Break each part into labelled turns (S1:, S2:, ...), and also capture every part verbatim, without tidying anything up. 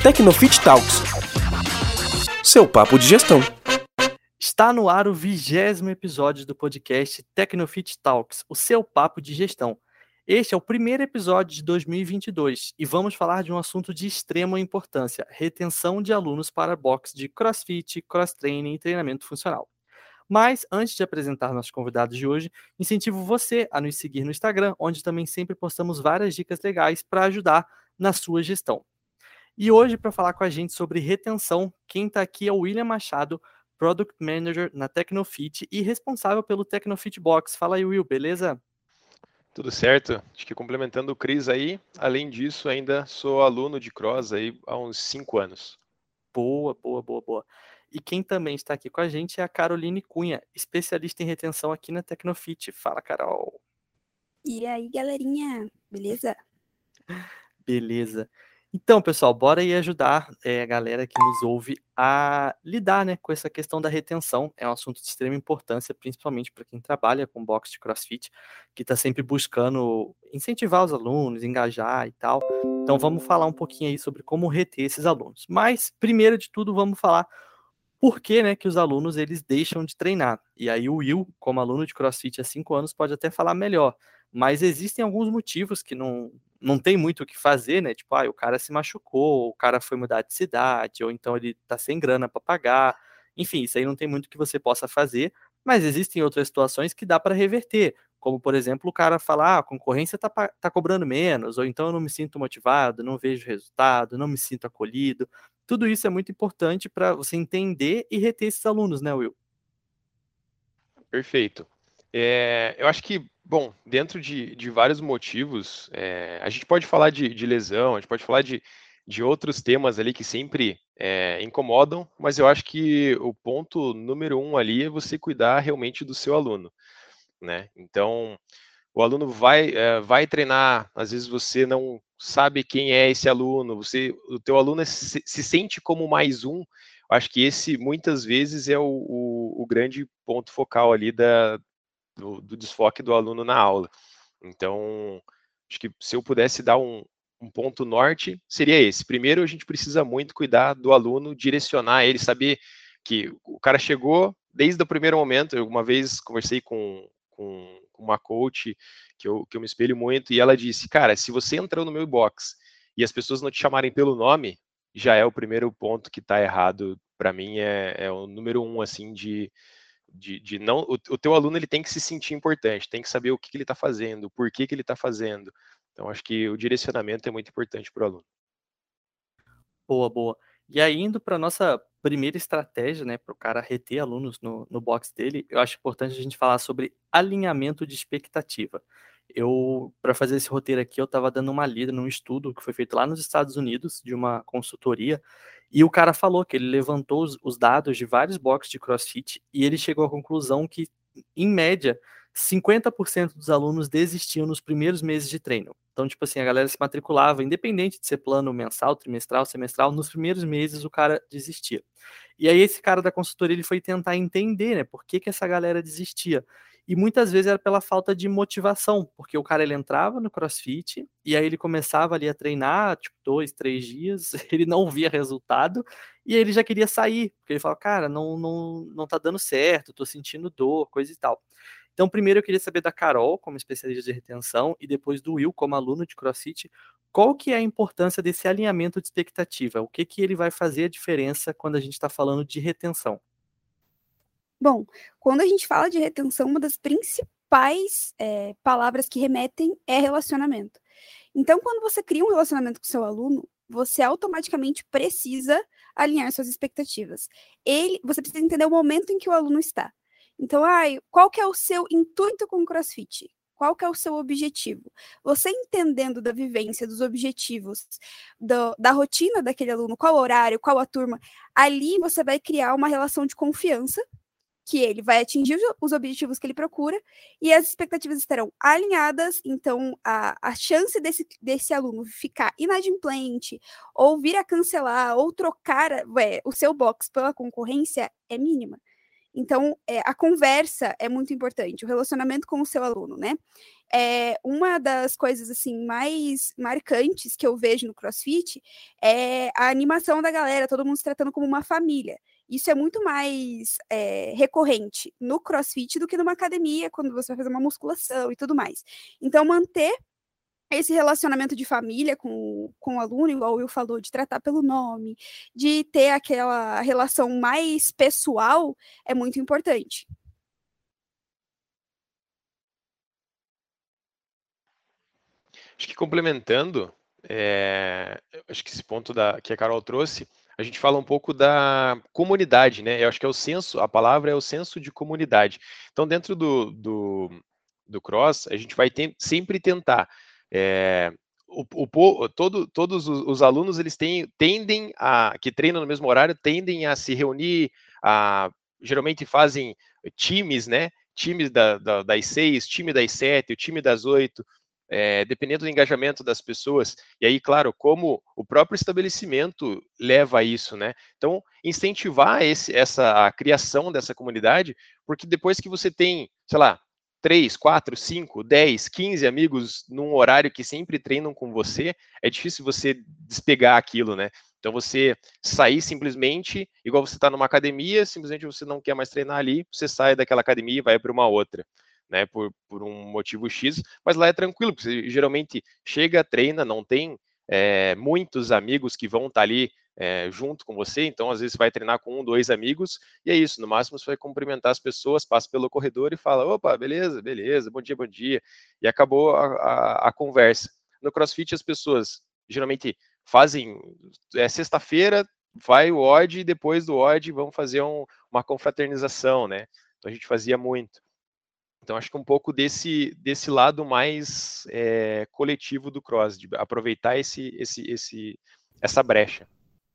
S1: Tecnofit Talks, seu papo de gestão.
S2: Está no ar o vigésimo episódio do podcast Tecnofit Talks, o seu papo de gestão. Este é o primeiro episódio de dois mil e vinte e dois e vamos falar de um assunto de extrema importância: retenção de alunos para box de CrossFit, cross-training e treinamento funcional. Mas, antes de apresentar nossos convidados de hoje, incentivo você a nos seguir no Instagram, onde também sempre postamos várias dicas legais para ajudar na sua gestão. E hoje, para falar com a gente sobre retenção, quem está aqui é o William Machado, Product Manager na Tecnofit e responsável pelo Tecnofit Box. Fala aí, Will, beleza?
S3: Tudo certo. Acho que complementando o Cris aí, além disso, ainda sou aluno de Cross aí há uns cinco anos.
S2: Boa, boa, boa, boa. E quem também está aqui com a gente é a Caroline Cunha, especialista em retenção aqui na Tecnofit. Fala, Carol.
S4: E aí, galerinha, beleza?
S2: Beleza. Então, pessoal, bora aí ajudar é, a galera que nos ouve a lidar, né, com essa questão da retenção. É um assunto de extrema importância, principalmente para quem trabalha com box de CrossFit, que está sempre buscando incentivar os alunos, engajar e tal. Então, vamos falar um pouquinho aí sobre como reter esses alunos. Mas, primeiro de tudo, vamos falar por que, né, que os alunos eles deixam de treinar. E aí o Will, como aluno de CrossFit há cinco anos, pode até falar melhor. Mas existem alguns motivos que não, não tem muito o que fazer, né? Tipo, ah, o cara se machucou, o cara foi mudar de cidade, ou então ele tá sem grana para pagar. Enfim, isso aí não tem muito o que você possa fazer, mas existem outras situações que dá para reverter. Como, por exemplo, o cara falar, ah, a concorrência tá, tá cobrando menos, ou então eu não me sinto motivado, não vejo resultado, não me sinto acolhido. Tudo isso é muito importante para você entender e reter esses alunos, né, Will?
S3: Perfeito. É, eu acho que, bom, dentro de, de vários motivos, é, a gente pode falar de, de lesão, a gente pode falar de, de outros temas ali que sempre é, incomodam, mas eu acho que o ponto número um ali é você cuidar realmente do seu aluno, né? Então, o aluno vai, é, vai treinar, às vezes você não sabe quem é esse aluno, você, o teu aluno se, se sente como mais um. Eu acho que esse, muitas vezes, é o, o, o grande ponto focal ali da, do, do desfoque do aluno na aula. Então, acho que se eu pudesse dar um, um ponto norte, seria esse. Primeiro, a gente precisa muito cuidar do aluno, direcionar ele, saber que o cara chegou desde o primeiro momento. Eu uma vez conversei com, com uma coach que eu, que eu me espelho muito, e ela disse, cara, se você entrou no meu box e as pessoas não te chamarem pelo nome, já é o primeiro ponto que está errado. Para mim, é, é o número um, assim, de De, de não, o, o teu aluno ele tem que se sentir importante, tem que saber o que, que ele está fazendo, o porquê que ele está fazendo. Então, acho que o direcionamento é muito importante para o aluno.
S2: Boa, boa. E aí, indo para nossa primeira estratégia, né, para o cara reter alunos no, no box dele, eu acho importante a gente falar sobre alinhamento de expectativa. Eu, para fazer esse roteiro aqui, eu estava dando uma lida num estudo que foi feito lá nos Estados Unidos, de uma consultoria, e o cara falou que ele levantou os, os dados de vários boxes de CrossFit e ele chegou à conclusão que, em média, cinquenta por cento dos alunos desistiam nos primeiros meses de treino. Então, tipo assim, a galera se matriculava, independente de ser plano mensal, trimestral, semestral, nos primeiros meses o cara desistia. E aí esse cara da consultoria, ele foi tentar entender, né, por que que essa galera desistia. E muitas vezes era pela falta de motivação, porque o cara, ele entrava no CrossFit, e aí ele começava ali a treinar, tipo, dois, três dias, ele não via resultado, e aí ele já queria sair, porque ele falava, cara, não, não, não tá dando certo, tô sentindo dor, coisa e tal. Então, primeiro eu queria saber da Carol, como especialista de retenção, e depois do Will, como aluno de CrossFit, qual que é a importância desse alinhamento de expectativa? O que que ele vai fazer a diferença quando a gente está falando de retenção?
S4: Bom, quando a gente fala de retenção, uma das principais é, palavras que remetem é relacionamento. Então, quando você cria um relacionamento com seu aluno, você automaticamente precisa alinhar suas expectativas. Ele, você precisa entender o momento em que o aluno está. Então, ai, qual que é o seu intuito com o CrossFit? Qual que é o seu objetivo? Você entendendo da vivência, dos objetivos, do, da rotina daquele aluno, qual horário, qual a turma, ali você vai criar uma relação de confiança, que ele vai atingir os objetivos que ele procura e as expectativas estarão alinhadas, então a, a chance desse, desse aluno ficar inadimplente, ou vir a cancelar, ou trocar é, o seu box pela concorrência é mínima. Então, é, a conversa é muito importante, o relacionamento com o seu aluno, né? é, uma das coisas assim mais marcantes que eu vejo no CrossFit é a animação da galera, todo mundo se tratando como uma família. Isso é muito mais é, recorrente no CrossFit do que numa academia, quando você vai fazer uma musculação e tudo mais. Então, manter esse relacionamento de família com, com o aluno, igual o Will falou, de tratar pelo nome, de ter aquela relação mais pessoal, é muito importante.
S3: Acho que complementando, é, acho que esse ponto da, que a Carol trouxe, a gente fala um pouco da comunidade, né? Eu acho que é o senso, a palavra é o senso de comunidade. Então, dentro do, do, do Cross, a gente vai ter, sempre tentar. É, o, o, todo, todos os, os alunos, eles têm, tendem a, que treinam no mesmo horário, tendem a se reunir, a, geralmente fazem times, né? Times da, da, das seis, time das sete, o time das oito. É, dependendo do engajamento das pessoas, e aí, claro, como o próprio estabelecimento leva a isso, né? Então, incentivar esse, essa, a criação dessa comunidade, porque depois que você tem, sei lá, três, quatro, cinco, dez, quinze amigos num horário que sempre treinam com você, é difícil você despegar aquilo, né? Então, você sair simplesmente, igual você está numa academia, simplesmente você não quer mais treinar ali, você sai daquela academia e vai para uma outra. Né, por, por um motivo X, mas lá é tranquilo, porque você geralmente chega, treina, não tem é, muitos amigos que vão estar ali é, junto com você, então às vezes você vai treinar com um, dois amigos, e é isso, no máximo você vai cumprimentar as pessoas, passa pelo corredor e fala, opa, beleza, beleza, bom dia, bom dia, e acabou a, a, a conversa. No CrossFit as pessoas geralmente fazem, é sexta-feira, vai o O D, e depois do O D vão fazer um, uma confraternização, né, então a gente fazia muito. Então, acho que um pouco desse, desse lado mais é, coletivo do cross, de aproveitar esse, esse, esse, essa brecha.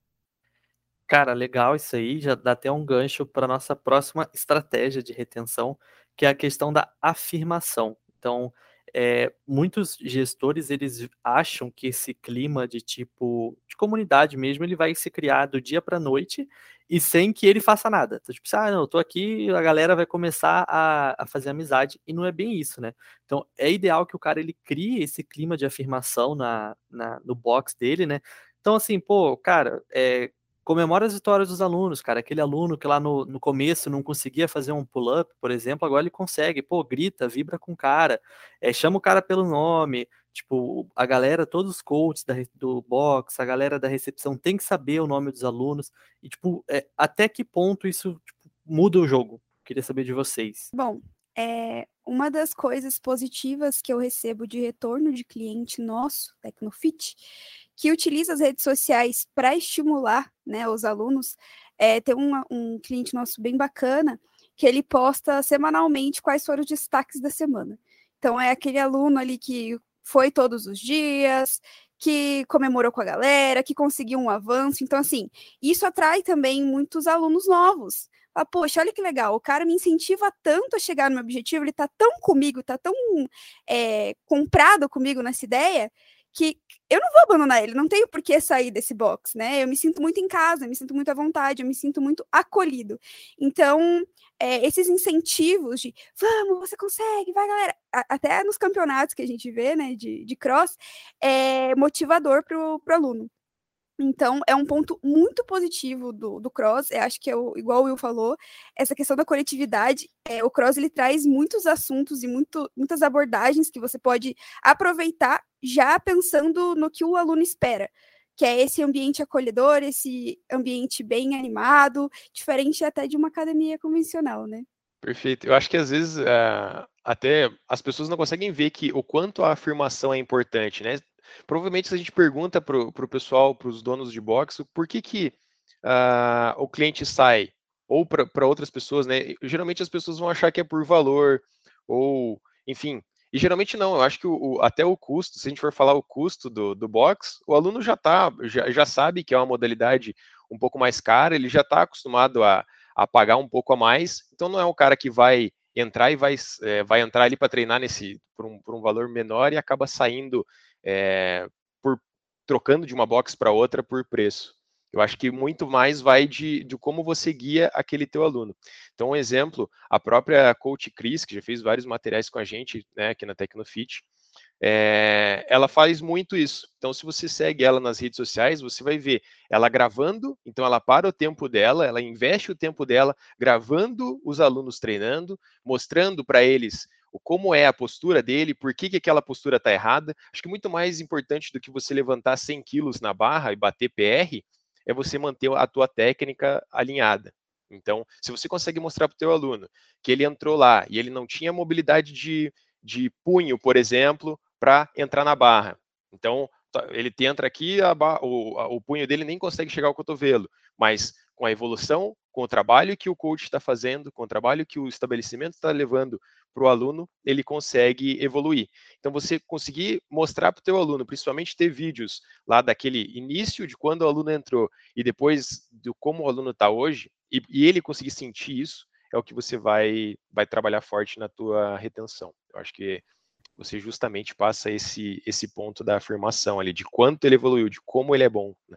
S2: Cara, legal isso aí, já dá até um gancho para nossa próxima estratégia de retenção, que é a questão da afirmação. Então, é, muitos gestores, eles acham que esse clima de tipo, de comunidade mesmo, ele vai se criar do dia para a noite e sem que ele faça nada. Então, tipo, ah, não, eu tô aqui, a galera vai começar a, a fazer amizade, e não é bem isso, né? Então, é ideal que o cara, ele crie esse clima de afirmação na, na, no box dele, né? Então, assim, pô, cara, é, comemora as vitórias dos alunos, cara. Aquele aluno que lá no, no começo não conseguia fazer um pull-up, por exemplo, agora ele consegue. Pô, grita, vibra com o cara, é, chama o cara pelo nome. Tipo, a galera, todos os coaches da, do box, a galera da recepção tem que saber o nome dos alunos. E, tipo, é, até que ponto isso tipo, muda o jogo? Queria saber de vocês.
S4: Bom, é, uma das coisas positivas que eu recebo de retorno de cliente nosso, Tecnofit, que utiliza as redes sociais para estimular, né, os alunos, é, tem uma, um cliente nosso bem bacana, que ele posta semanalmente quais foram os destaques da semana. Então, é aquele aluno ali que foi todos os dias, que comemorou com a galera, que conseguiu um avanço. Então, assim, isso atrai também muitos alunos novos. Ah, poxa, olha que legal, o cara me incentiva tanto a chegar no meu objetivo, ele tá tão comigo, tá tão é, comprado comigo nessa ideia, que eu não vou abandonar ele, não tenho por que sair desse box, né? Eu me sinto muito em casa, eu me sinto muito à vontade, eu me sinto muito acolhido. Então, é, esses incentivos de vamos, você consegue, vai, galera, a, até nos campeonatos que a gente vê, né, de, de cross, é motivador pro, pro aluno. Então, é um ponto muito positivo do, do cross, eu acho que é o, igual o Will falou, essa questão da coletividade, é, o cross ele traz muitos assuntos e muito, muitas abordagens que você pode aproveitar já pensando no que o aluno espera, que é esse ambiente acolhedor, esse ambiente bem animado, diferente até de uma academia convencional, né?
S3: Perfeito. Eu acho que às vezes uh, até as pessoas não conseguem ver que o quanto a afirmação é importante, né? Provavelmente se a gente pergunta para o pessoal, para os donos de box, por que, que uh, o cliente sai, ou para outras pessoas, né? Geralmente as pessoas vão achar que é por valor, ou, enfim, e geralmente não, eu acho que o, o, até o custo, se a gente for falar o custo do, do box, o aluno já tá, já, já sabe que é uma modalidade um pouco mais cara, ele já está acostumado a, a pagar um pouco a mais, então não é o cara que vai entrar e vai, é, vai entrar ali para treinar nesse por um, por um valor menor e acaba saindo é, por trocando de uma box para outra por preço. Eu acho que muito mais vai de, de como você guia aquele teu aluno. Então, um exemplo, a própria Coach Cris, que já fez vários materiais com a gente, né, aqui na Tecnofit, é, ela faz muito isso. Então, se você segue ela nas redes sociais, você vai ver ela gravando, então ela para o tempo dela, ela investe o tempo dela gravando os alunos treinando, mostrando para eles o como é a postura dele, por que, que aquela postura está errada. Acho que muito mais importante do que você levantar cem quilos na barra e bater P R, é você manter a tua técnica alinhada. Então, se você consegue mostrar para o teu aluno que ele entrou lá e ele não tinha mobilidade de, de punho, por exemplo, para entrar na barra. Então, ele entra aqui, a barra, o, a, o punho dele nem consegue chegar ao cotovelo, mas com a evolução, com o trabalho que o coach está fazendo, com o trabalho que o estabelecimento está levando para o aluno, ele consegue evoluir. Então, você conseguir mostrar para o teu aluno, principalmente ter vídeos lá daquele início de quando o aluno entrou e depois de como o aluno está hoje, e, e ele conseguir sentir isso, é o que você vai, vai trabalhar forte na tua retenção. Eu acho que você justamente passa esse, esse ponto da afirmação ali, de quanto ele evoluiu, de como ele é bom, né?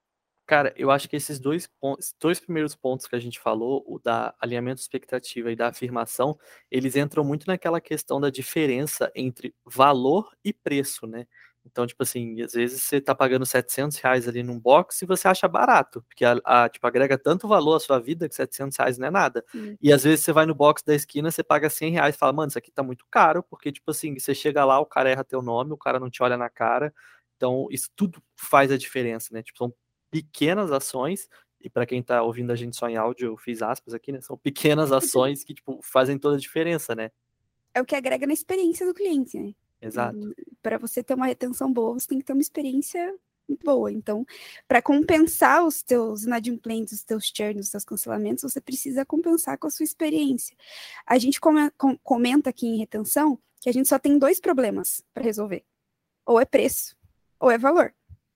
S2: Cara, eu acho que esses dois pontos, dois primeiros pontos que a gente falou, o da alinhamento de expectativa e da afirmação, eles entram muito naquela questão da diferença entre valor e preço, né? Então, tipo assim, às vezes você tá pagando setecentos reais ali num box e você acha barato, porque a, a, tipo, agrega tanto valor à sua vida que setecentos reais não é nada. Sim. E às vezes você vai no box da esquina, você paga cem reais e fala, mano, isso aqui tá muito caro, porque, tipo assim, você chega lá, o cara erra teu nome, o cara não te olha na cara. Então, isso tudo faz a diferença, né? Tipo, são pequenas ações, e para quem tá ouvindo a gente só em áudio, eu fiz aspas aqui, né? São pequenas ações que, tipo, fazem toda a diferença, né?
S4: É o que agrega na experiência do cliente, né?
S2: Exato.
S4: Para você ter uma retenção boa, você tem que ter uma experiência boa. Então, para compensar os teus inadimplentes, os teus churns, os teus cancelamentos, você precisa compensar com a sua experiência. A gente come- com- comenta aqui em retenção que a gente só tem dois problemas para resolver. Ou é preço, ou é valor.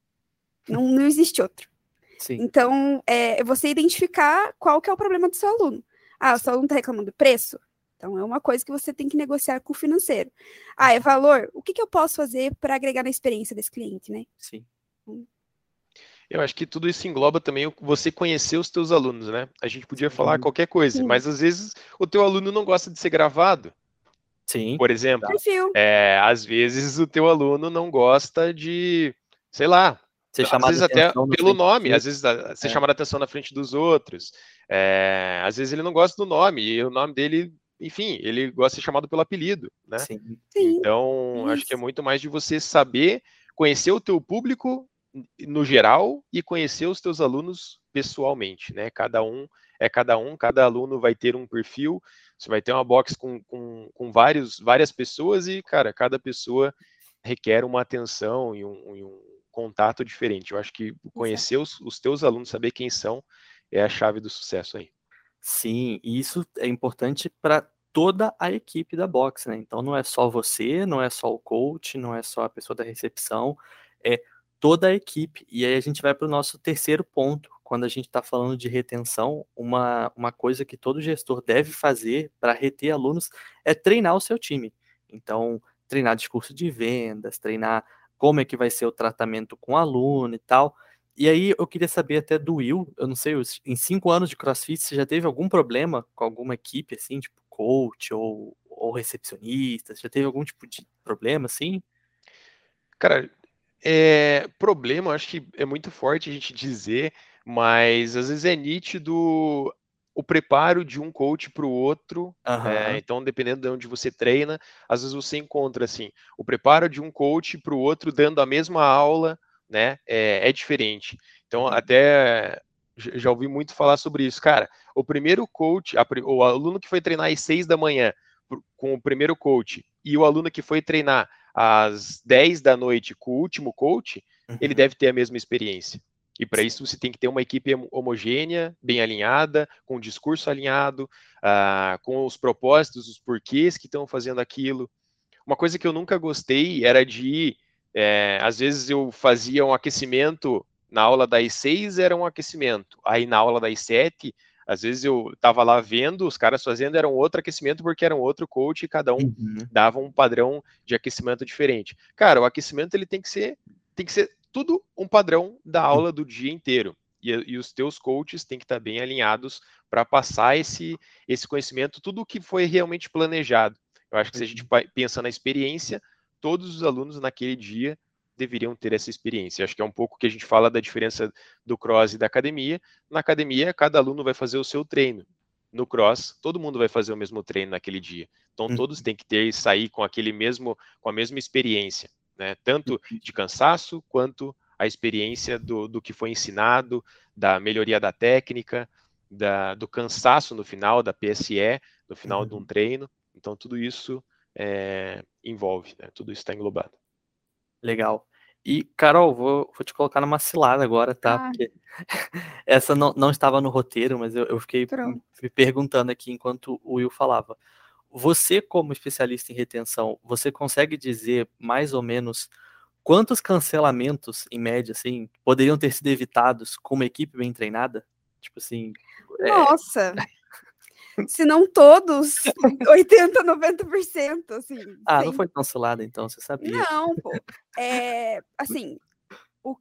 S4: Não, não existe outro.
S2: Sim.
S4: Então, é você identificar qual que é o problema do seu aluno. Ah, o seu aluno está reclamando do preço? Então, é uma coisa que você tem que negociar com o financeiro. Ah, é valor? O que, que eu posso fazer para agregar na experiência desse cliente, né?
S2: Sim.
S4: Hum.
S3: Eu acho que tudo isso engloba também você conhecer os teus alunos, né? A gente podia
S2: Sim.
S3: falar qualquer coisa,
S4: Sim.
S3: mas às vezes o teu aluno não gosta de ser gravado.
S2: Sim.
S3: Por exemplo,
S4: Perfil.
S3: é, às vezes o teu aluno não gosta de, sei lá,
S2: Ser
S3: às vezes até
S2: atenção na
S3: pelo
S2: frente
S3: nome,
S2: dos
S3: às vezes a- ser
S2: É.
S3: chamado a atenção na frente dos outros. É, às vezes ele não gosta do nome, e o nome dele, enfim, ele gosta de ser chamado pelo apelido, né?
S2: Sim.
S4: Sim.
S3: Então, acho
S4: Isso.
S3: que é muito mais de você saber conhecer o teu público no geral e conhecer os teus alunos pessoalmente, né? Cada um é cada um, cada aluno vai ter um perfil, você vai ter uma box com, com, com vários, várias pessoas e, cara, cada pessoa requer uma atenção e um, e um contato diferente. Eu acho que conhecer os, os teus alunos, saber quem são, é a chave do sucesso aí.
S2: Sim, e isso é importante para toda a equipe da box, né? Então não é só você, não é só o coach, não é só a pessoa da recepção, é toda a equipe. E aí a gente vai para o nosso terceiro ponto, quando a gente está falando de retenção, uma, uma coisa que todo gestor deve fazer para reter alunos é treinar o seu time. Então, treinar discurso de vendas, treinar como é que vai ser o tratamento com o aluno e tal. E aí eu queria saber até do Will, eu não sei, em cinco anos de CrossFit, você já teve algum problema com alguma equipe, assim, tipo coach ou, ou recepcionista? Você já teve algum tipo de problema, assim?
S3: Cara, é, problema, acho que é muito forte a gente dizer, mas às vezes é nítido o preparo de um coach para o outro. É,
S2: Aham,
S3: então, dependendo de onde você treina, às vezes você encontra assim, o preparo de um coach para o outro dando a mesma aula, né? É, é diferente. Então,
S2: uhum,
S3: até j- já ouvi muito falar sobre isso. Cara, o primeiro coach, a pri- o aluno que foi treinar às seis da manhã pro- com o primeiro coach e o aluno que foi treinar às dez da noite com o último coach, ele
S2: uhum.
S3: deve ter a mesma experiência. E para
S2: Sim.
S3: isso você tem que ter uma equipe homogênea, bem alinhada, com o discurso alinhado, uh, com os propósitos, os porquês que estão fazendo aquilo. Uma coisa que eu nunca gostei era de, é, às vezes eu fazia um aquecimento, na aula das seis era um aquecimento, aí na aula das sete, às vezes eu estava lá vendo, os caras fazendo era um outro aquecimento porque era um outro coach e cada um
S2: Uhum.
S3: dava um padrão de aquecimento diferente. Cara, o aquecimento ele tem que ser, tem que ser tudo um padrão da aula do dia inteiro. e, e os teus coaches têm que estar bem alinhados para passar esse, esse conhecimento, tudo o que foi realmente planejado. Eu acho que se a gente pensa na experiência, todos os alunos naquele dia deveriam ter essa experiência. Eu acho que é um pouco que a gente fala da diferença do cross e da academia. Na academia, cada aluno vai fazer o seu treino. No cross, todo mundo vai fazer o mesmo treino naquele dia. Então, todos têm que ter e sair com aquele mesmo, com a mesma experiência, né? Tanto de cansaço quanto a experiência do, do que foi ensinado, da melhoria da técnica, da, do cansaço no final, da P S E, no final uhum. de um treino. Então, tudo isso é, envolve, né? Tudo isso está englobado.
S2: Legal. E, Carol, vou, vou te colocar numa cilada agora, tá? Ah. Porque essa não, não estava no roteiro, mas eu, eu fiquei Pronto. me perguntando aqui enquanto o Will falava. Você, como especialista em retenção, você consegue dizer mais ou menos quantos cancelamentos, em média, assim, poderiam ter sido evitados com uma equipe bem treinada? Tipo assim...
S4: Nossa! É... Se não todos, oitenta, noventa por cento, assim.
S2: Ah, sem... não foi cancelada, então, você sabia.
S4: Não, pô. É, assim, o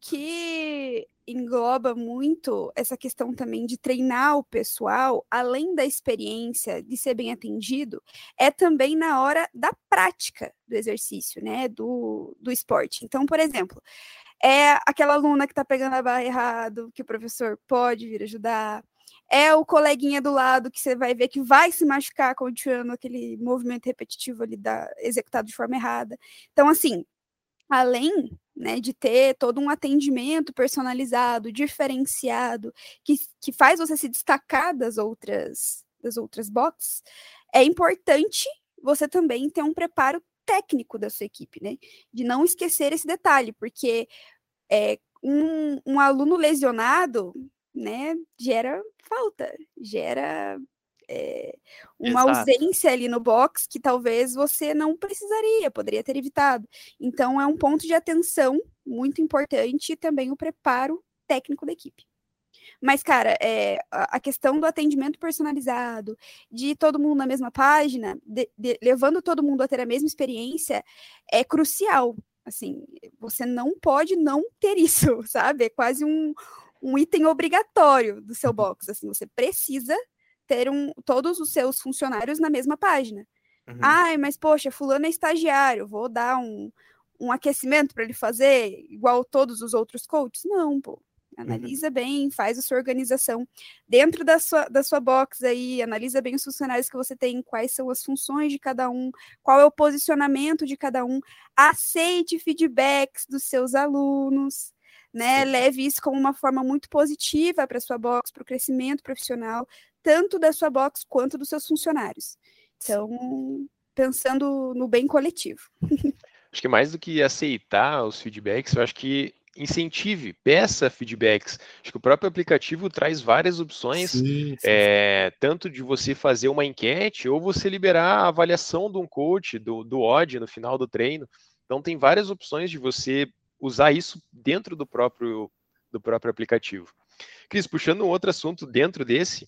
S4: que engloba muito essa questão também de treinar o pessoal, além da experiência de ser bem atendido, é também na hora da prática do exercício, né, do, do esporte. Então, por exemplo, é aquela aluna que tá pegando a barra errado, que o professor pode vir ajudar, é o coleguinha do lado que você vai ver que vai se machucar continuando aquele movimento repetitivo ali da, executado de forma errada. Então, assim, além, né, de ter todo um atendimento personalizado, diferenciado, que, que faz você se destacar das outras, das outras boxes, é importante você também ter um preparo técnico da sua equipe, né? De não esquecer esse detalhe, porque é, um, um aluno lesionado, né, gera falta, gera é, uma Exato. ausência ali no box que talvez você não precisaria, poderia ter evitado. Então, é um ponto de atenção muito importante e também o preparo técnico da equipe. Mas, cara, é, a questão do atendimento personalizado, de todo mundo na mesma página, de, de, levando todo mundo a ter a mesma experiência, é crucial. Assim, você não pode não ter isso, sabe? É quase um, um item obrigatório do seu box. Assim, você precisa ter um, todos os seus funcionários na mesma página. Uhum. Ai, mas, poxa, fulano é estagiário, vou dar um, um aquecimento para ele fazer igual todos os outros coaches? Não, pô. Analisa uhum. bem, faz a sua organização dentro da sua, da sua box aí, analisa bem os funcionários que você tem, quais são as funções de cada um, qual é o posicionamento de cada um, aceite feedbacks dos seus alunos, né? Sim. Leve isso como uma forma muito positiva para a sua box, para o crescimento profissional, tanto da sua box quanto dos seus funcionários. Então, pensando no bem coletivo.
S3: Acho que mais do que aceitar os feedbacks, eu acho que incentive, peça feedbacks. Acho que o próprio aplicativo traz várias opções, sim, sim, é, sim. tanto de você fazer uma enquete ou você liberar a avaliação de um coach, do, do O D no final do treino. Então tem várias opções de você usar isso dentro do próprio, do próprio aplicativo. Cris, puxando um outro assunto dentro desse,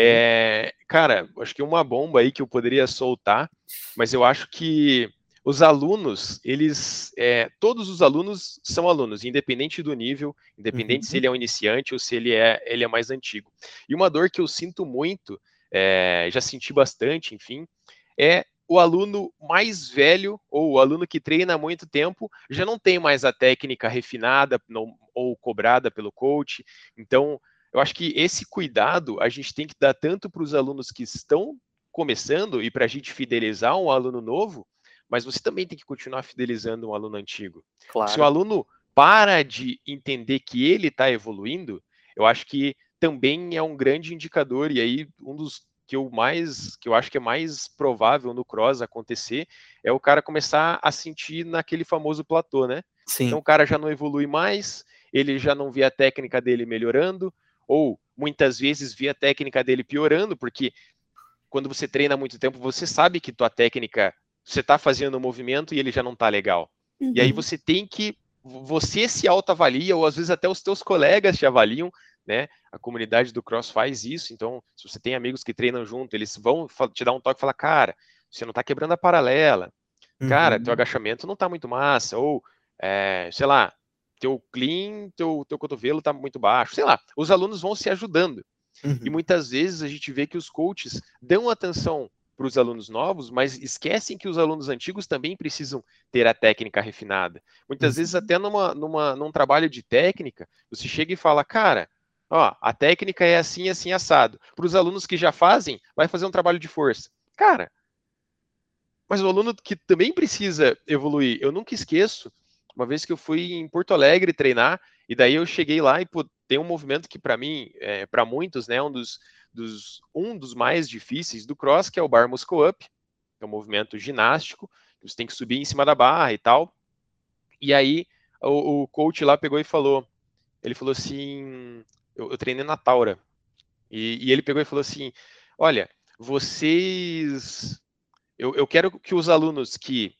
S3: é, cara, acho que uma bomba aí que eu poderia soltar, mas eu acho que os alunos, eles, é, todos os alunos são alunos, independente do nível, independente uhum. se ele é um iniciante ou se ele é, ele é mais antigo. E uma dor que eu sinto muito, é, já senti bastante, enfim, é o aluno mais velho, ou o aluno que treina há muito tempo, já não tem mais a técnica refinada não, ou cobrada pelo coach. Então, eu acho que esse cuidado a gente tem que dar tanto para os alunos que estão começando e para a gente fidelizar um aluno novo, mas você também tem que continuar fidelizando um aluno antigo. Claro. Se o aluno para de entender que ele está evoluindo, eu acho que também é um grande indicador, e aí um dos que eu mais, que eu acho que é mais provável no cross acontecer, é o cara começar a sentir naquele famoso platô, né? Sim. Então o cara já não evolui mais, ele já não vê a técnica dele melhorando, ou muitas vezes vê a técnica dele piorando, porque quando você treina há muito tempo, você sabe que tua técnica, você está fazendo um movimento e ele já não está legal. Uhum. E aí você tem que, você se autoavalia, ou às vezes até os teus colegas te avaliam, né? A comunidade do cross faz isso, então se você tem amigos que treinam junto, eles vão te dar um toque e falar, cara, você não está quebrando a paralela, uhum. cara, teu agachamento não está muito massa, ou, é, sei lá, teu clean, teu, teu cotovelo está muito baixo, sei lá, os alunos vão se ajudando. Uhum. E muitas vezes a gente vê que os coaches dão atenção para os alunos novos, mas esquecem que os alunos antigos também precisam ter a técnica refinada. Muitas uhum. vezes até numa, numa, num trabalho de técnica, você chega e fala, cara, ó, a técnica é assim, assim, assado. Para os alunos que já fazem, vai fazer um trabalho de força. Cara, mas o aluno que também precisa evoluir, eu nunca esqueço, uma vez que eu fui em Porto Alegre treinar, e daí eu cheguei lá e pô, tem um movimento que para mim, é, para muitos, né, um dos, dos, um dos mais difíceis do cross, que é o bar muscle up, que é um movimento ginástico, que você tem que subir em cima da barra e tal. E aí o, o coach lá pegou e falou, ele falou assim, eu, eu treinei na Taura, e, e ele pegou e falou assim, olha, vocês, eu, eu quero que os alunos que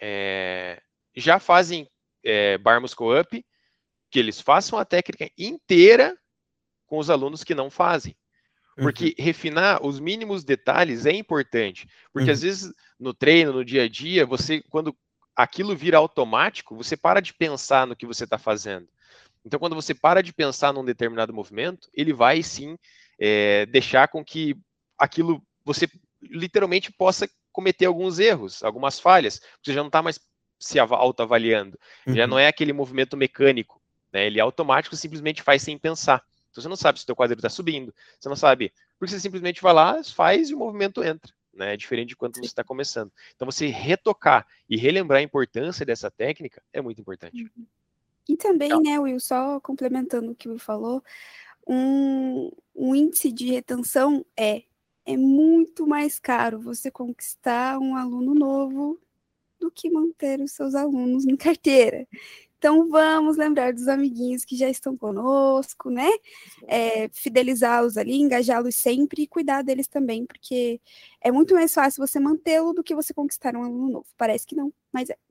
S3: é, já fazem é, bar muscle up, que eles façam a técnica inteira com os alunos que não fazem. Porque uhum. refinar os mínimos detalhes é importante. Porque uhum. às vezes no treino, no dia a dia, você, quando aquilo vira automático, você para de pensar no que você está fazendo. Então, quando você para de pensar num determinado movimento, ele vai sim é, deixar com que aquilo, você literalmente possa cometer alguns erros, algumas falhas. Você já não está mais se autoavaliando. Uhum. Já não é aquele movimento mecânico. Né? Ele é automático, simplesmente faz sem pensar. Então, você não sabe se o teu quadril está subindo, você não sabe, porque você simplesmente vai lá, faz e o movimento entra, né? É diferente de quando você está começando. Então, você retocar e relembrar a importância dessa técnica é muito importante.
S4: E também, né, Will, só complementando o que o Will falou, um, um índice de retenção é, é muito mais caro você conquistar um aluno novo do que manter os seus alunos em carteira. Então, vamos lembrar dos amiguinhos que já estão conosco, né? É, fidelizá-los ali, engajá-los sempre e cuidar deles também, porque é muito mais fácil você mantê-lo do que você conquistar um aluno novo. Parece que não, mas é.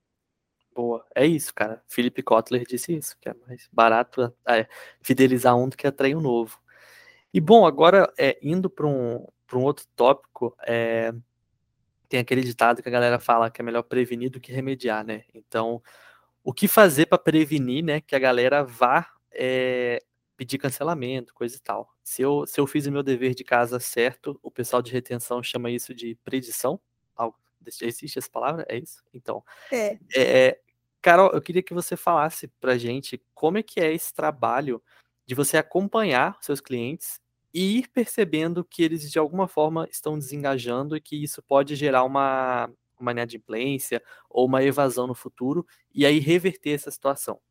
S2: Boa, é isso, cara. Philip Kotler disse isso, que é mais barato é, fidelizar um do que atrair um novo. E, bom, agora, é, indo para um, para um outro tópico, é, tem aquele ditado que a galera fala que é melhor prevenir do que remediar, né? Então, o que fazer para prevenir, né, que a galera vá é, pedir cancelamento, coisa e tal. Se eu, se eu fiz o meu dever de casa certo, o pessoal de retenção chama isso de predição. Algo, existe essa palavra? É isso? Então,
S4: é.
S2: É, Carol, eu queria que você falasse pra gente como é que é esse trabalho de você acompanhar seus clientes e ir percebendo que eles, de alguma forma, estão desengajando e que isso pode gerar uma... uma inadimplência ou uma evasão no futuro, e aí reverter essa situação.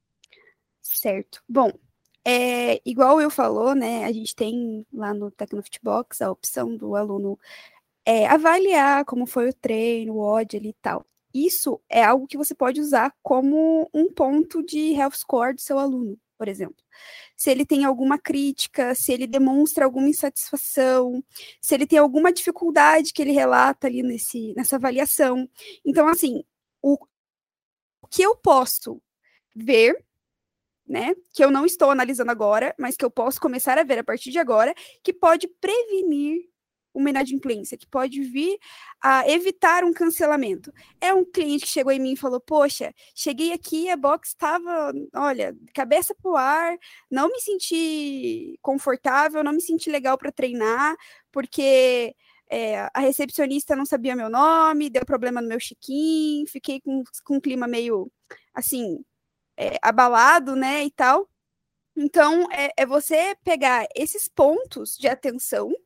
S4: Certo. Bom, é, igual eu falou, né, a gente tem lá no Tecnofitbox a opção do aluno é, avaliar como foi o treino, o O D ali e tal. Isso é algo que você pode usar como um ponto de health score do seu aluno, por exemplo. Se ele tem alguma crítica, se ele demonstra alguma insatisfação, se ele tem alguma dificuldade que ele relata ali nesse, nessa avaliação. Então, assim, o, o que eu posso ver, né, que eu não estou analisando agora, mas que eu posso começar a ver a partir de agora, que pode prevenir uma inadimplência, que pode vir a evitar um cancelamento. É um cliente que chegou em mim e falou, poxa, cheguei aqui, a box estava, olha, cabeça pro ar, não me senti confortável, não me senti legal para treinar, porque é, a recepcionista não sabia meu nome, deu problema no meu check-in, fiquei com, com um clima meio, assim, é, abalado, né, e tal. Então, é, é você pegar esses pontos de atenção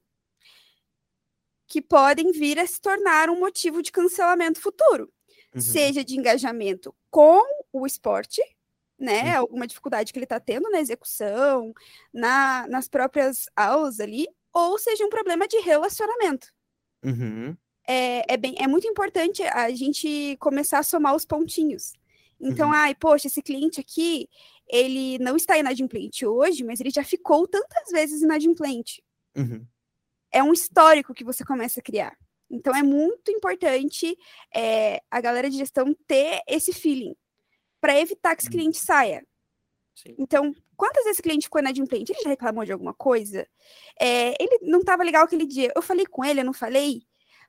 S4: que podem vir a se tornar um motivo de cancelamento futuro, uhum. seja de engajamento com o esporte, né, uhum. alguma dificuldade que ele está tendo na execução, na, nas próprias aulas ali, ou seja um problema de relacionamento.
S2: Uhum.
S4: É, é, bem, é muito importante a gente começar a somar os pontinhos. Então, uhum. ai, poxa, esse cliente aqui, ele não está inadimplente hoje, mas ele já ficou tantas vezes inadimplente.
S2: Uhum.
S4: É um histórico que você começa a criar. Então, é muito importante é, a galera de gestão ter esse feeling para evitar que esse cliente saia.
S2: Sim.
S4: Então, quantas vezes esse cliente ficou inadimplente? Ele já reclamou de alguma coisa? É, ele não estava legal aquele dia. Eu falei com ele, eu não falei?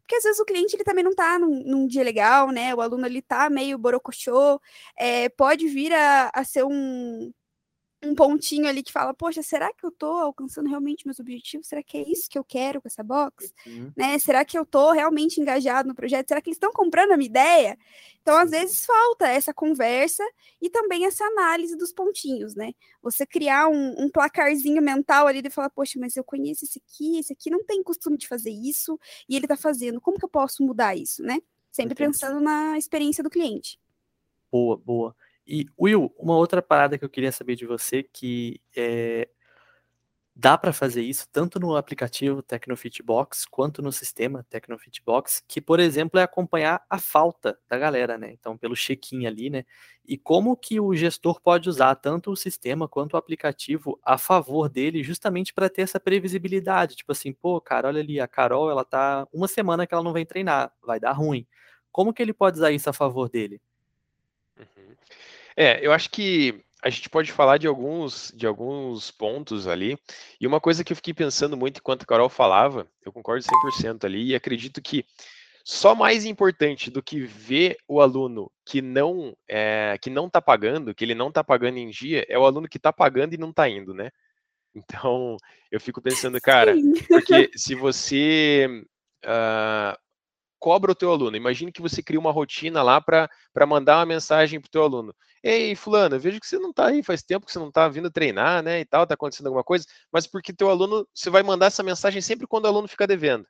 S4: porque às vezes o cliente ele também não está num, num dia legal, né? O aluno ele tá meio borocochô, é, pode vir a, a ser um, um pontinho ali que fala, poxa, será que eu tô alcançando realmente meus objetivos? Será que é isso que eu quero com essa box?
S2: Uhum.
S4: Né? Será que eu tô realmente engajado no projeto? Será que eles estão comprando a minha ideia? Então, às vezes, falta essa conversa e também essa análise dos pontinhos, né? Você criar um, um placarzinho mental ali de falar, poxa, mas eu conheço esse aqui, esse aqui não tem costume de fazer isso, e ele tá fazendo, como que eu posso mudar isso, né? Sempre
S2: Entendi.
S4: pensando na experiência do cliente.
S2: Boa, boa. E, Will, uma outra parada que eu queria saber de você, que é, dá para fazer isso tanto no aplicativo Tecnofit Box quanto no sistema Tecnofit Box, que, por exemplo, é acompanhar a falta da galera, né? Então, pelo check-in ali, né? E como que o gestor pode usar tanto o sistema quanto o aplicativo a favor dele, justamente para ter essa previsibilidade. Tipo assim, pô, cara, olha ali, a Carol, ela tá uma semana que ela não vem treinar, vai dar ruim. Como que ele pode usar isso a favor dele?
S3: Uhum. É, eu acho que a gente pode falar de alguns, de alguns pontos ali, e uma coisa que eu fiquei pensando muito enquanto a Carol falava, eu concordo cem por cento ali, e acredito que só mais importante do que ver o aluno que não é, que não está pagando, que ele não está pagando em dia, é o aluno que está pagando e não está indo, né? Então, eu fico pensando, cara,
S4: Sim.
S3: porque se você uh, cobra o teu aluno, imagine que você cria uma rotina lá para mandar uma mensagem para o teu aluno. Ei, fulano, eu vejo que você não está aí, faz tempo que você não está vindo treinar, né, e tal, está acontecendo alguma coisa, mas porque teu aluno, você vai mandar essa mensagem sempre quando o aluno fica devendo.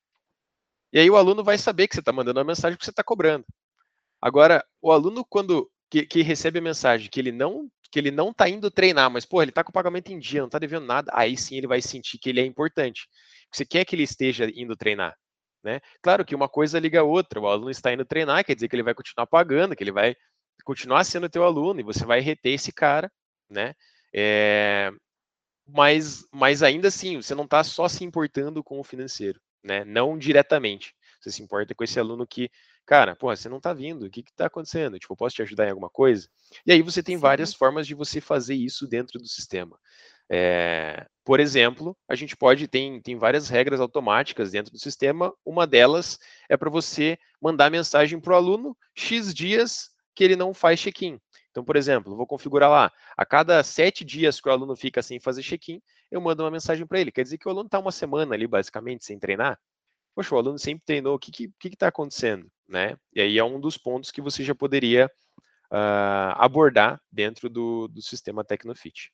S3: E aí o aluno vai saber que você está mandando uma mensagem que você está cobrando. Agora, o aluno, quando que, que recebe a mensagem que ele não que ele não está indo treinar, mas, pô, ele está com o pagamento em dia, não está devendo nada, aí sim ele vai sentir que ele é importante. Você quer que ele esteja indo treinar, né? Claro que uma coisa liga a outra, o aluno está indo treinar, quer dizer que ele vai continuar pagando, que ele vai continuar sendo teu aluno, e você vai reter esse cara, né? É... Mas, mas ainda assim, você não está só se importando com o financeiro, né? Não diretamente. Você se importa com esse aluno que, cara, pô, você não está vindo, o que está acontecendo? Tipo, eu posso te ajudar em alguma coisa? E aí você tem
S4: Sim.
S3: várias formas de você fazer isso dentro do sistema. É, por exemplo, a gente pode, tem, tem várias regras automáticas dentro do sistema, uma delas é para você mandar mensagem para o aluno X dias que ele não faz check-in. Então, por exemplo, vou configurar lá, a cada sete dias que o aluno fica sem fazer check-in, eu mando uma mensagem para ele. Quer dizer que o aluno está uma semana ali, basicamente, sem treinar. Poxa, o aluno sempre treinou, o que está que que, que acontecendo? Né? E aí é um dos pontos que você já poderia uh, abordar dentro do, do sistema Tecnofit.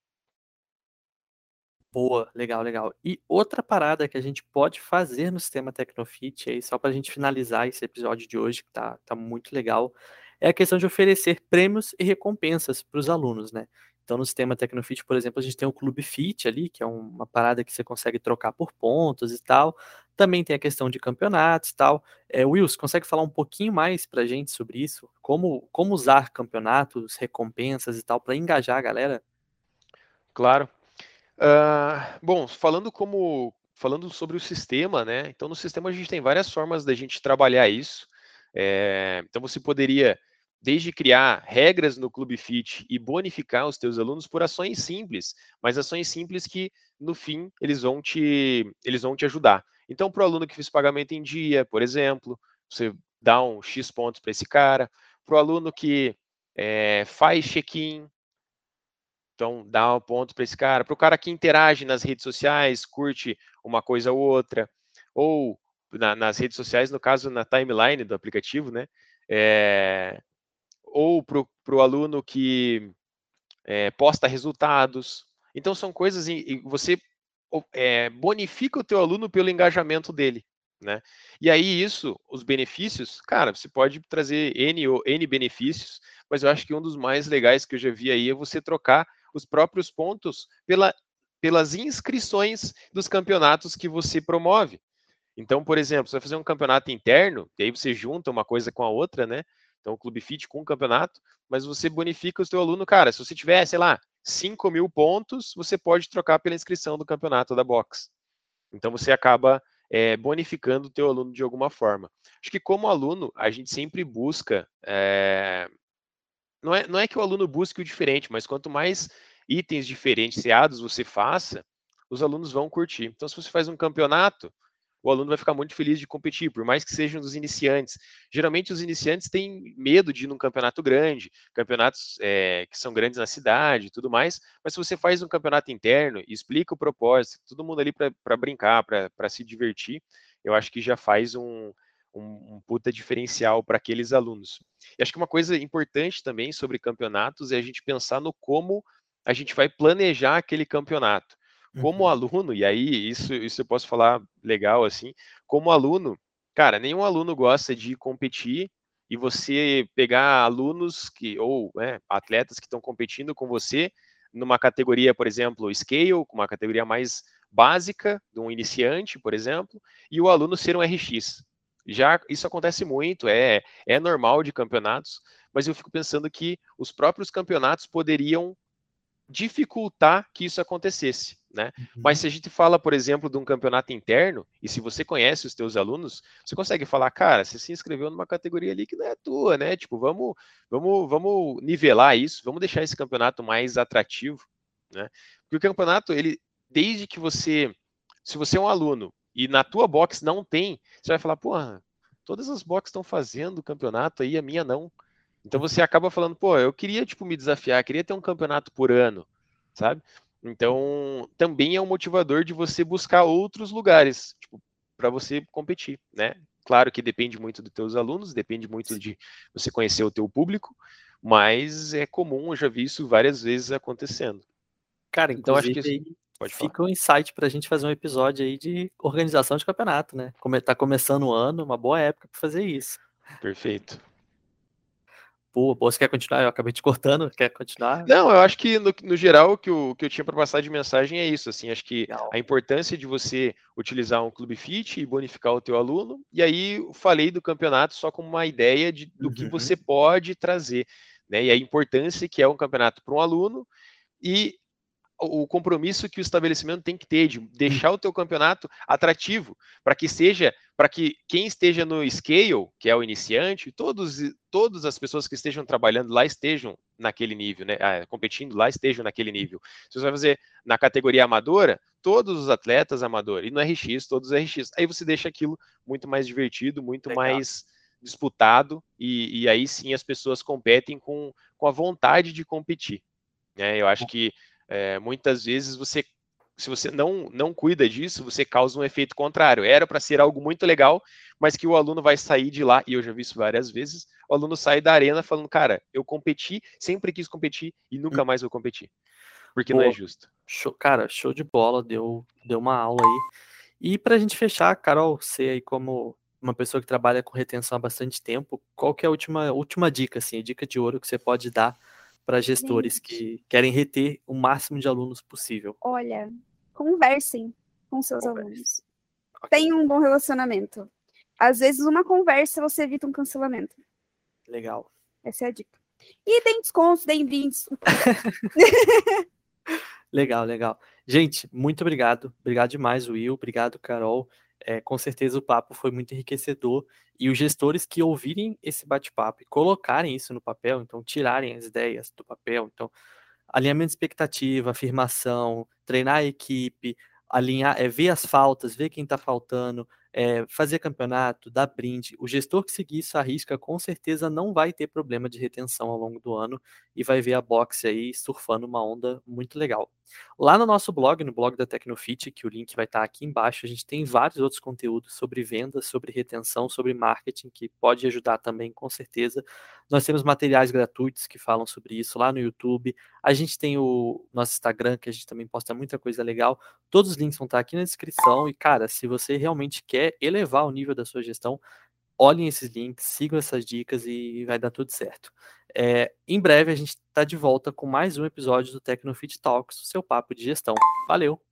S2: Boa, legal, legal. E outra parada que a gente pode fazer no sistema Tecnofit, aí só para a gente finalizar esse episódio de hoje, que tá, tá muito legal, é a questão de oferecer prêmios e recompensas para os alunos, né? Então, no sistema Tecnofit, por exemplo, a gente tem o Clube Fit ali, que é uma parada que você consegue trocar por pontos e tal. Também tem a questão de campeonatos e tal. É, Wilson, consegue falar um pouquinho mais para a gente sobre isso? Como, como usar campeonatos, recompensas e tal para engajar a galera?
S3: Claro. Uh, bom, falando como falando sobre o sistema, né? Então, no sistema a gente tem várias formas da gente trabalhar isso. É, então, você poderia, desde criar regras no Clube Fit e bonificar os teus alunos por ações simples, mas ações simples que, no fim, eles vão te, eles vão te ajudar. Então, para o aluno que fez pagamento em dia, por exemplo, você dá um X pontos para esse cara. Para o aluno que é, faz check-in, então, dá um ponto para esse cara. Para o cara que interage nas redes sociais, curte uma coisa ou outra, ou na, nas redes sociais, no caso, na timeline do aplicativo, né? É, ou para o aluno que é, posta resultados. Então, são coisas, e você é, bonifica o teu aluno pelo engajamento dele, né? E aí, isso, os benefícios, cara, você pode trazer N, N benefícios, mas eu acho que um dos mais legais que eu já vi aí é você trocar os próprios pontos pela, pelas inscrições dos campeonatos que você promove. Então, por exemplo, você vai fazer um campeonato interno, e aí você junta uma coisa com a outra, né? Então, o Clube Fit com um campeonato, mas você bonifica o seu aluno. Cara, se você tiver, sei lá, cinco mil pontos, você pode trocar pela inscrição do campeonato da box. Então, você acaba é, bonificando o teu aluno de alguma forma. Acho que como aluno, a gente sempre busca... É, Não é, não é que o aluno busque o diferente, mas quanto mais itens diferenciados você faça, os alunos vão curtir. Então, se você faz um campeonato, o aluno vai ficar muito feliz de competir, por mais que sejam dos iniciantes. Geralmente os iniciantes têm medo de ir num campeonato grande, campeonatos é, que são grandes na cidade e tudo mais, mas se você faz um campeonato interno e explica o propósito, todo mundo ali para brincar, para se divertir, eu acho que já faz um, um, um puta diferencial para aqueles alunos. E acho que uma coisa importante também sobre campeonatos é a gente pensar no como a gente vai planejar aquele campeonato. Como
S2: Uhum.
S3: aluno, e aí isso, isso eu posso falar legal assim, como aluno, cara, nenhum aluno gosta de competir e você pegar alunos que, ou né, atletas que estão competindo com você numa categoria, por exemplo, scale, uma categoria mais básica, de um iniciante, por exemplo, e o aluno ser um R X. Já isso acontece muito, é, é normal de campeonatos, mas eu fico pensando que os próprios campeonatos poderiam dificultar que isso acontecesse, né?
S2: Uhum.
S3: Mas se a gente fala, por exemplo, de um campeonato interno, e se você conhece os teus alunos, você consegue falar, cara, você se inscreveu numa categoria ali que não é tua, né? Tipo, vamos, vamos, vamos nivelar isso, vamos deixar esse campeonato mais atrativo, né? Porque o campeonato, ele, desde que você, se você é um aluno e na tua box não tem, você vai falar, porra, todas as boxes estão fazendo campeonato aí, a minha não. Então você acaba falando, pô, eu queria tipo me desafiar, queria ter um campeonato por ano, sabe? Então também é um motivador de você buscar outros lugares, tipo, para você competir, né? Claro que depende muito dos teus alunos, depende muito de você conhecer o teu público, mas é comum, eu já vi isso várias vezes acontecendo.
S2: Cara,
S3: Então acho
S2: inclusive
S3: que
S2: aí
S3: pode falar.
S2: fica um insight pra gente fazer um episódio aí de organização de campeonato, né? Como tá começando o ano, uma boa época pra fazer isso.
S3: Perfeito.
S2: Pô, pô, você quer continuar? Eu acabei te cortando, quer continuar?
S3: Não, eu acho que no, no geral o que, eu, o que eu tinha para passar de mensagem é isso, assim, acho que
S2: Legal.
S3: a importância de você utilizar um clube fit e bonificar o teu aluno, e aí eu falei do campeonato só como uma ideia de, do que
S2: Uhum.
S3: você pode trazer, né, e a importância que é um campeonato para um aluno e o compromisso que o estabelecimento tem que ter de deixar o teu campeonato atrativo para que seja, para que quem esteja no scale, que é o iniciante, todos, todas as pessoas que estejam trabalhando lá estejam naquele nível, né, ah, competindo lá estejam naquele nível. Se você vai fazer na categoria amadora, todos os atletas amadores, e no R X, todos os R X. Aí você deixa aquilo muito mais divertido, muito
S2: Legal.
S3: mais disputado, e, e aí sim as pessoas competem com, com a vontade de competir. Né? Eu acho que é, muitas vezes você, se você não, não cuida disso, você causa um efeito contrário. Era para ser algo muito legal, mas que o aluno vai sair de lá, e eu já vi isso várias vezes, o aluno sai da arena falando, cara, eu competi, sempre quis competir e nunca mais vou competir. Porque
S2: Boa.
S3: não é justo.
S2: Show, cara, show de bola, deu, deu uma aula aí. E pra gente fechar, Carol, você aí como uma pessoa que trabalha com retenção há bastante tempo, qual que é a última, última dica, assim, a dica de ouro que você pode dar para gestores
S4: Gente.
S2: que querem reter o máximo de alunos possível?
S4: Olha, conversem com seus
S2: Converse.
S4: alunos.
S2: Ok.
S4: Tenham um bom relacionamento. Às vezes, uma conversa você evita um cancelamento.
S2: Legal.
S4: Essa é a dica. E tem descontos, tem brindes.
S2: Legal, legal. Gente, muito obrigado. Obrigado demais, Will. Obrigado, Carol. É, com certeza o papo foi muito enriquecedor. E os gestores que ouvirem esse bate-papo e colocarem isso no papel, então tirarem as ideias do papel, então alinhamento de expectativa, afirmação, treinar a equipe, alinhar, é, ver as faltas, ver quem está faltando, é, fazer campeonato, dar brinde. O gestor que seguir isso à risca, com certeza não vai ter problema de retenção ao longo do ano e vai ver a boxe aí surfando uma onda muito legal. Lá no nosso blog, no blog da Tecnofit, que o link vai estar aqui embaixo, a gente tem vários outros conteúdos sobre vendas, sobre retenção, sobre marketing, que pode ajudar também, com certeza. Nós temos materiais gratuitos que falam sobre isso lá no YouTube. A gente tem o nosso Instagram, que a gente também posta muita coisa legal. Todos os links vão estar aqui na descrição. E, cara, se você realmente quer elevar o nível da sua gestão, olhem esses links, sigam essas dicas e vai dar tudo certo. É, em breve a gente está de volta com mais um episódio do Tecnofit Talks, o seu papo de gestão. Valeu!